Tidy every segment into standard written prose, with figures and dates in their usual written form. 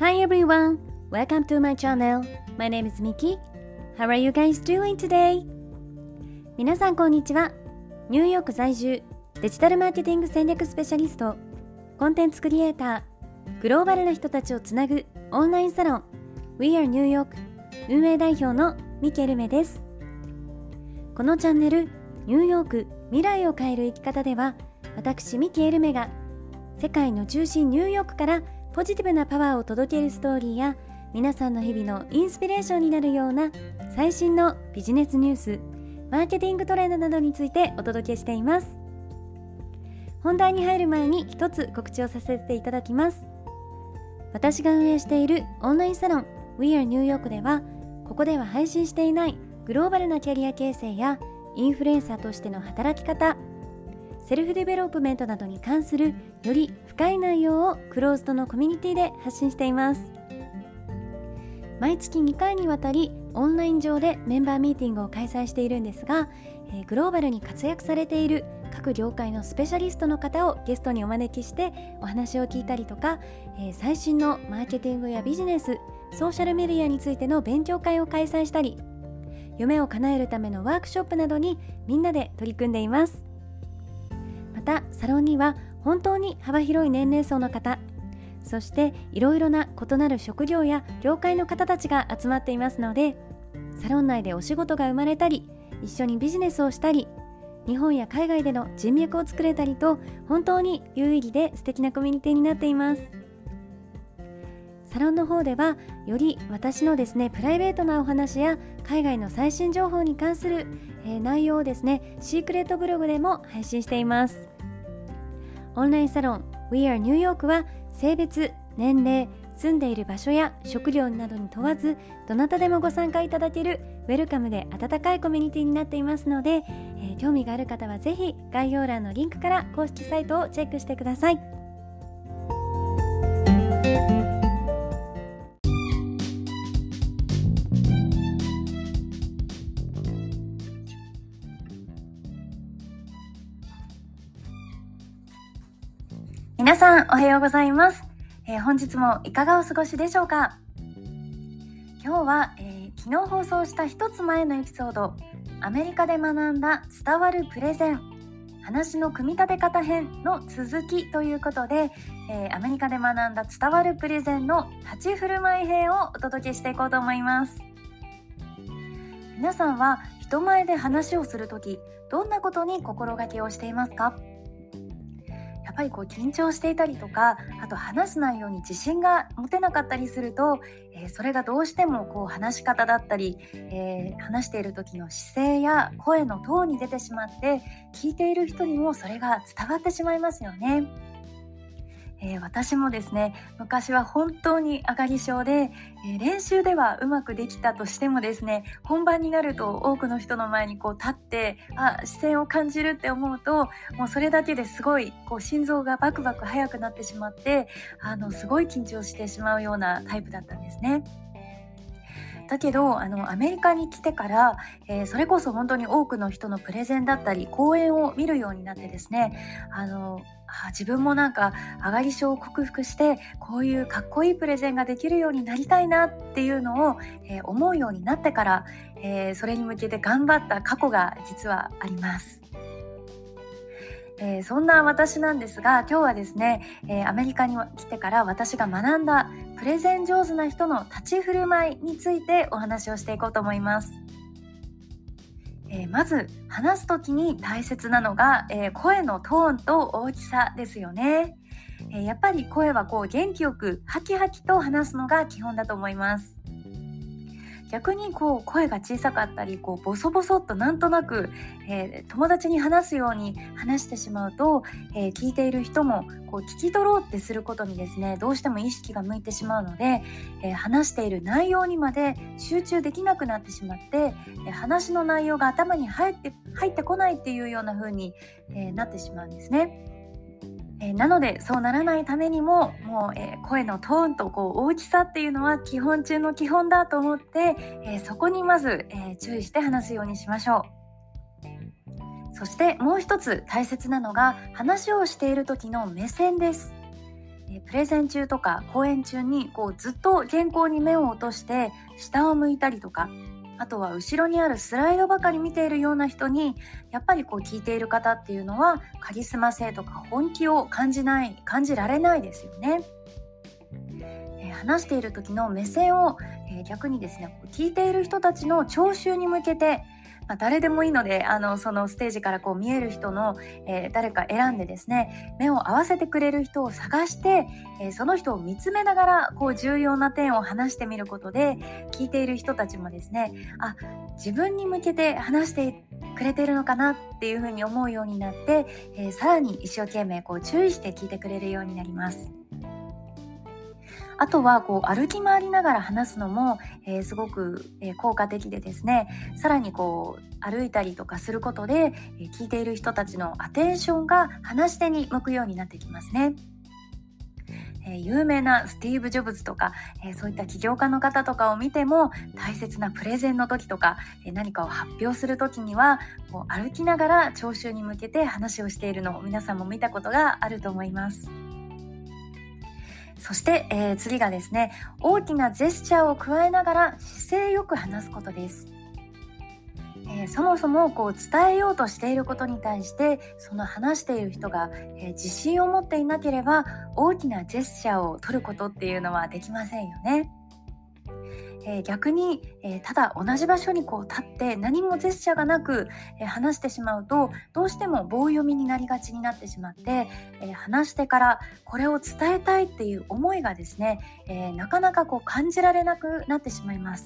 Hi everyone, welcome to my channel. My name is Miki. How are you guys doing today? 皆さんこんにちは。ニューヨーク在住、デジタルマーケティング戦略スペシャリスト、コンテンツクリエイター、グローバルな人たちをつなぐオンラインサロン We are New York 運営代表のミキエルメです。このチャンネルニューヨーク未来を変える生き方では、私ミキエルメが世界の中心ニューヨークからポジティブなパワーを届けるストーリーや、皆さんの日々のインスピレーションになるような最新のビジネスニュース、マーケティングトレンドなどについてお届けしています。本題に入る前に一つ告知をさせていただきます。私が運営しているオンラインサロン We are New York では、ここでは配信していないグローバルなキャリア形成やインフルエンサーとしての働き方、セルフデベロップメントなどに関するより深い内容をクローズドのコミュニティで発信しています。毎月2回にわたりオンライン上でメンバーミーティングを開催しているんですが、グローバルに活躍されている各業界のスペシャリストの方をゲストにお招きしてお話を聞いたりとか、最新のマーケティングやビジネス、ソーシャルメディアについての勉強会を開催したり、夢を叶えるためのワークショップなどにみんなで取り組んでいます。またサロンには本当に幅広い年齢層の方、そしていろいろな異なる職業や業界の方たちが集まっていますので、サロン内でお仕事が生まれたり、一緒にビジネスをしたり、日本や海外での人脈を作れたりと、本当に有意義で素敵なコミュニティになっています。サロンの方ではより私のですね、プライベートなお話や海外の最新情報に関する、内容をですね、シークレットブログでも配信しています。オンラインサロン We are New York は性別、年齢、住んでいる場所や職業などに問わず、どなたでもご参加いただけるウェルカムで温かいコミュニティになっていますので、興味がある方はぜひ概要欄のリンクから公式サイトをチェックしてください。皆さんおはようございます。本日もいかがお過ごしでしょうか。今日は、昨日放送した一つ前のエピソード、アメリカで学んだ伝わるプレゼン、話の組み立て方編の続きということで、アメリカで学んだ伝わるプレゼンの立ち振る舞い編をお届けしていこうと思います。皆さんは人前で話をするとき、どんなことに心がけをしていますか？やっぱり緊張していたりとか、あと話す内容に自信が持てなかったりすると、それがどうしても話し方だったり、話している時の姿勢や声のトーンに出てしまって、聞いている人にもそれが伝わってしまいますよね。私もですね、昔は本当に上がり症で、練習ではうまくできたとしてもですね、本番になると多くの人の前に立って視線を感じるって思うと、もうそれだけですごい心臓がバクバク速くなってしまって、すごい緊張してしまうようなタイプだったんですね。だけどアメリカに来てから、それこそ本当に多くの人のプレゼンだったり講演を見るようになってですね、自分も上がり症を克服してこういうかっこいいプレゼンができるようになりたいなっていうのを、思うようになってから、それに向けて頑張った過去が実はあります。そんな私なんですが、今日はですね、アメリカに来てから私が学んだプレゼン上手な人の立ち振る舞いについてお話をしていこうと思います。まず話す時に大切なのが、声のトーンと大きさですよね。やっぱり声は元気よくハキハキと話すのが基本だと思います。逆に声が小さかったりボソボソっとなんとなく、友達に話すように話してしまうと、聞いている人も聞き取ろうってすることにですね、どうしても意識が向いてしまうので、話している内容にまで集中できなくなってしまって、話の内容が頭に入ってこないっていうような風に、なってしまうんですね。なのでそうならないためにも、声のトーンと大きさっていうのは基本中の基本だと思って、そこにまず、注意して話すようにしましょう。そしてもう一つ大切なのが話をしている時の目線です。 プレゼン中とか講演中にずっと原稿に目を落として下を向いたりとか、あとは後ろにあるスライドばかり見ているような人に、やっぱり聞いている方っていうのはカリスマ性とか本気を感じられないですよね。話している時の目線を、逆にですね、聞いている人たちの聴衆に向けて、誰でもいいのでそのステージから見える人の、誰か選んでですね、目を合わせてくれる人を探して、その人を見つめながら重要な点を話してみることで、聞いている人たちもですね、自分に向けて話してくれているのかなっていうふうに思うようになって、さらに一生懸命注意して聞いてくれるようになります。あとは歩き回りながら話すのも、すごく、効果的でですね、さらに歩いたりとかすることで、聞いている人たちのアテンションが話し手に向くようになってきますね。有名なスティーブ・ジョブズとか、そういった起業家の方とかを見ても、大切なプレゼンの時とか、何かを発表する時には歩きながら聴衆に向けて話をしているのを皆さんも見たことがあると思います。そして、次がですね、大きなジェスチャーを加えながら姿勢よく話すことです。そもそも伝えようとしていることに対して、その話している人が、自信を持っていなければ、大きなジェスチャーを取ることっていうのはできませんよね。逆に、ただ同じ場所に立って何もジェスチャーがなく、話してしまうと、どうしても棒読みになりがちになってしまって、話してからこれを伝えたいっていう思いがですね、なかなか感じられなくなってしまいます。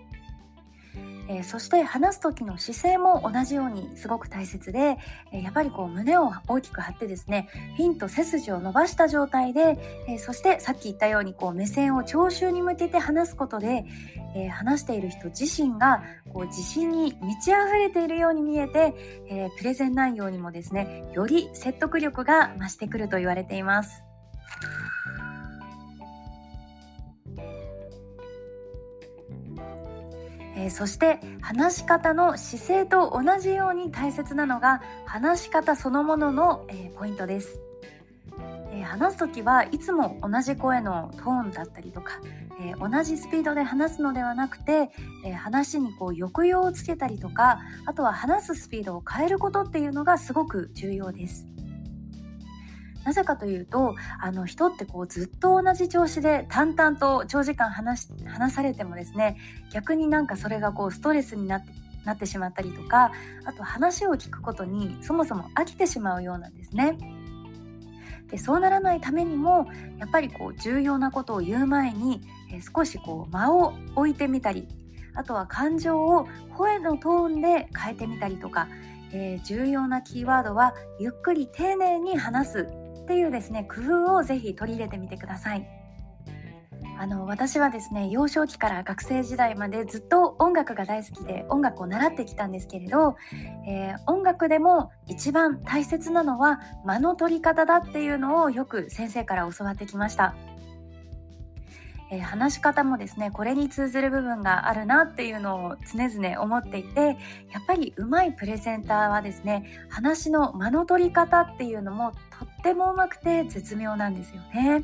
そして話す時の姿勢も同じようにすごく大切で、やっぱり胸を大きく張ってですね、ピンと背筋を伸ばした状態で、そしてさっき言ったように目線を聴衆に向けて話すことで、話している人自身が自信に満ち溢れているように見えて、プレゼン内容にもですね、より説得力が増してくると言われています。そして話し方の姿勢と同じように大切なのが話し方そのものの、ポイントです。話すときはいつも同じ声のトーンだったりとか、同じスピードで話すのではなくて、話に抑揚をつけたりとか、あとは話すスピードを変えることっていうのがすごく重要です。なぜかというと、人ってずっと同じ調子で淡々と長時間話されてもですね、逆にそれがストレスになってしまったりとか、あと話を聞くことにそもそも飽きてしまうようなんですね。で、そうならないためにも、やっぱり重要なことを言う前に、少し間を置いてみたり、あとは感情を声のトーンで変えてみたりとか、重要なキーワードはゆっくり丁寧に話すっていうですね、工夫をぜひ取り入れてみてください。私はですね、幼少期から学生時代までずっと音楽が大好きで音楽を習ってきたんですけれど、音楽でも一番大切なのは間の取り方だっていうのをよく先生から教わってきました。話し方もですね、これに通ずる部分があるなっていうのを常々思っていて、やっぱり上手いプレゼンターはですね、話の間の取り方っていうのもとっても上手くて絶妙なんですよね。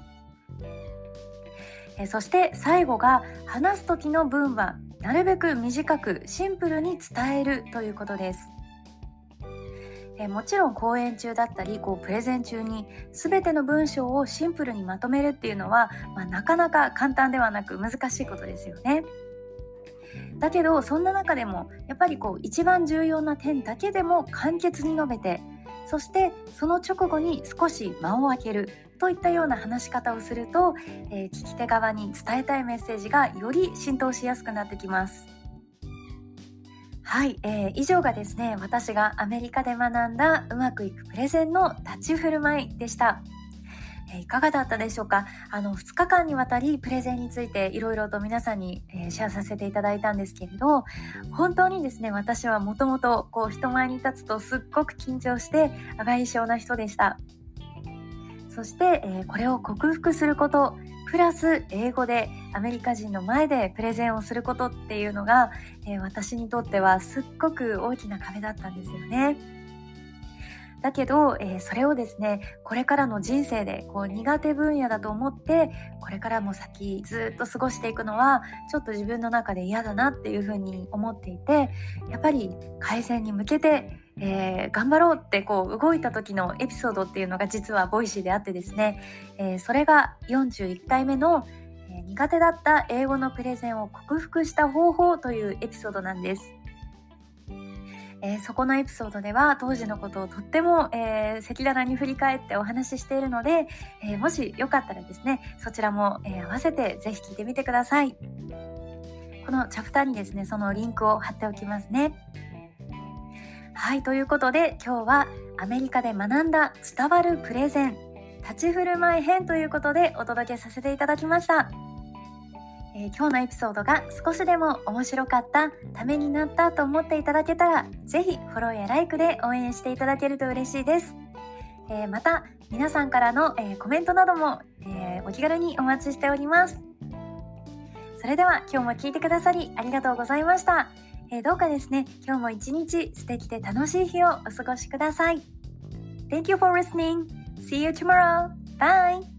そして最後が、話す時の文はなるべく短くシンプルに伝えるということです。もちろん講演中だったりプレゼン中に全ての文章をシンプルにまとめるっていうのは、なかなか簡単ではなく難しいことですよね。だけどそんな中でもやっぱり一番重要な点だけでも簡潔に述べて、そしてその直後に少し間を空けるといったような話し方をすると、聞き手側に伝えたいメッセージがより浸透しやすくなってきます。はい、以上がですね、私がアメリカで学んだうまくいくプレゼンの立ち振る舞いでした。いかがだったでしょうか。2日間にわたりプレゼンについていろいろと皆さんに、シェアさせていただいたんですけれど、本当にですね、私はもともと人前に立つとすっごく緊張して上がり症な人でした。そして、これを克服することプラス英語でアメリカ人の前でプレゼンをすることっていうのが、私にとってはすっごく大きな壁だったんですよね。 だけど、それをですねこれからの人生で苦手分野だと思ってこれからも先ずっと過ごしていくのはちょっと自分の中で嫌だなっていうふうに思っていて、やっぱり改善に向けて、頑張ろうって動いた時のエピソードっていうのが実はボイシーであってですね、それが41回目の苦手だった英語のプレゼンを克服した方法というエピソードなんです。そこのエピソードでは当時のことをとっても赤裸々に振り返ってお話ししているので、もしよかったらですねそちらも、合わせてぜひ聞いてみてください。このチャプターにですねそのリンクを貼っておきますね。はい、ということで今日はアメリカで学んだ伝わるプレゼン立ち振る舞い編ということでお届けさせていただきました。今日のエピソードが少しでも面白かった、ためになったと思っていただけたらぜひフォローやライクで応援していただけると嬉しいです。また皆さんからの、コメントなども、お気軽にお待ちしております。それでは今日も聞いてくださりありがとうございました。どうかですね今日も一日素敵で楽しい日をお過ごしください。Thank you for listening. See you tomorrow. Bye.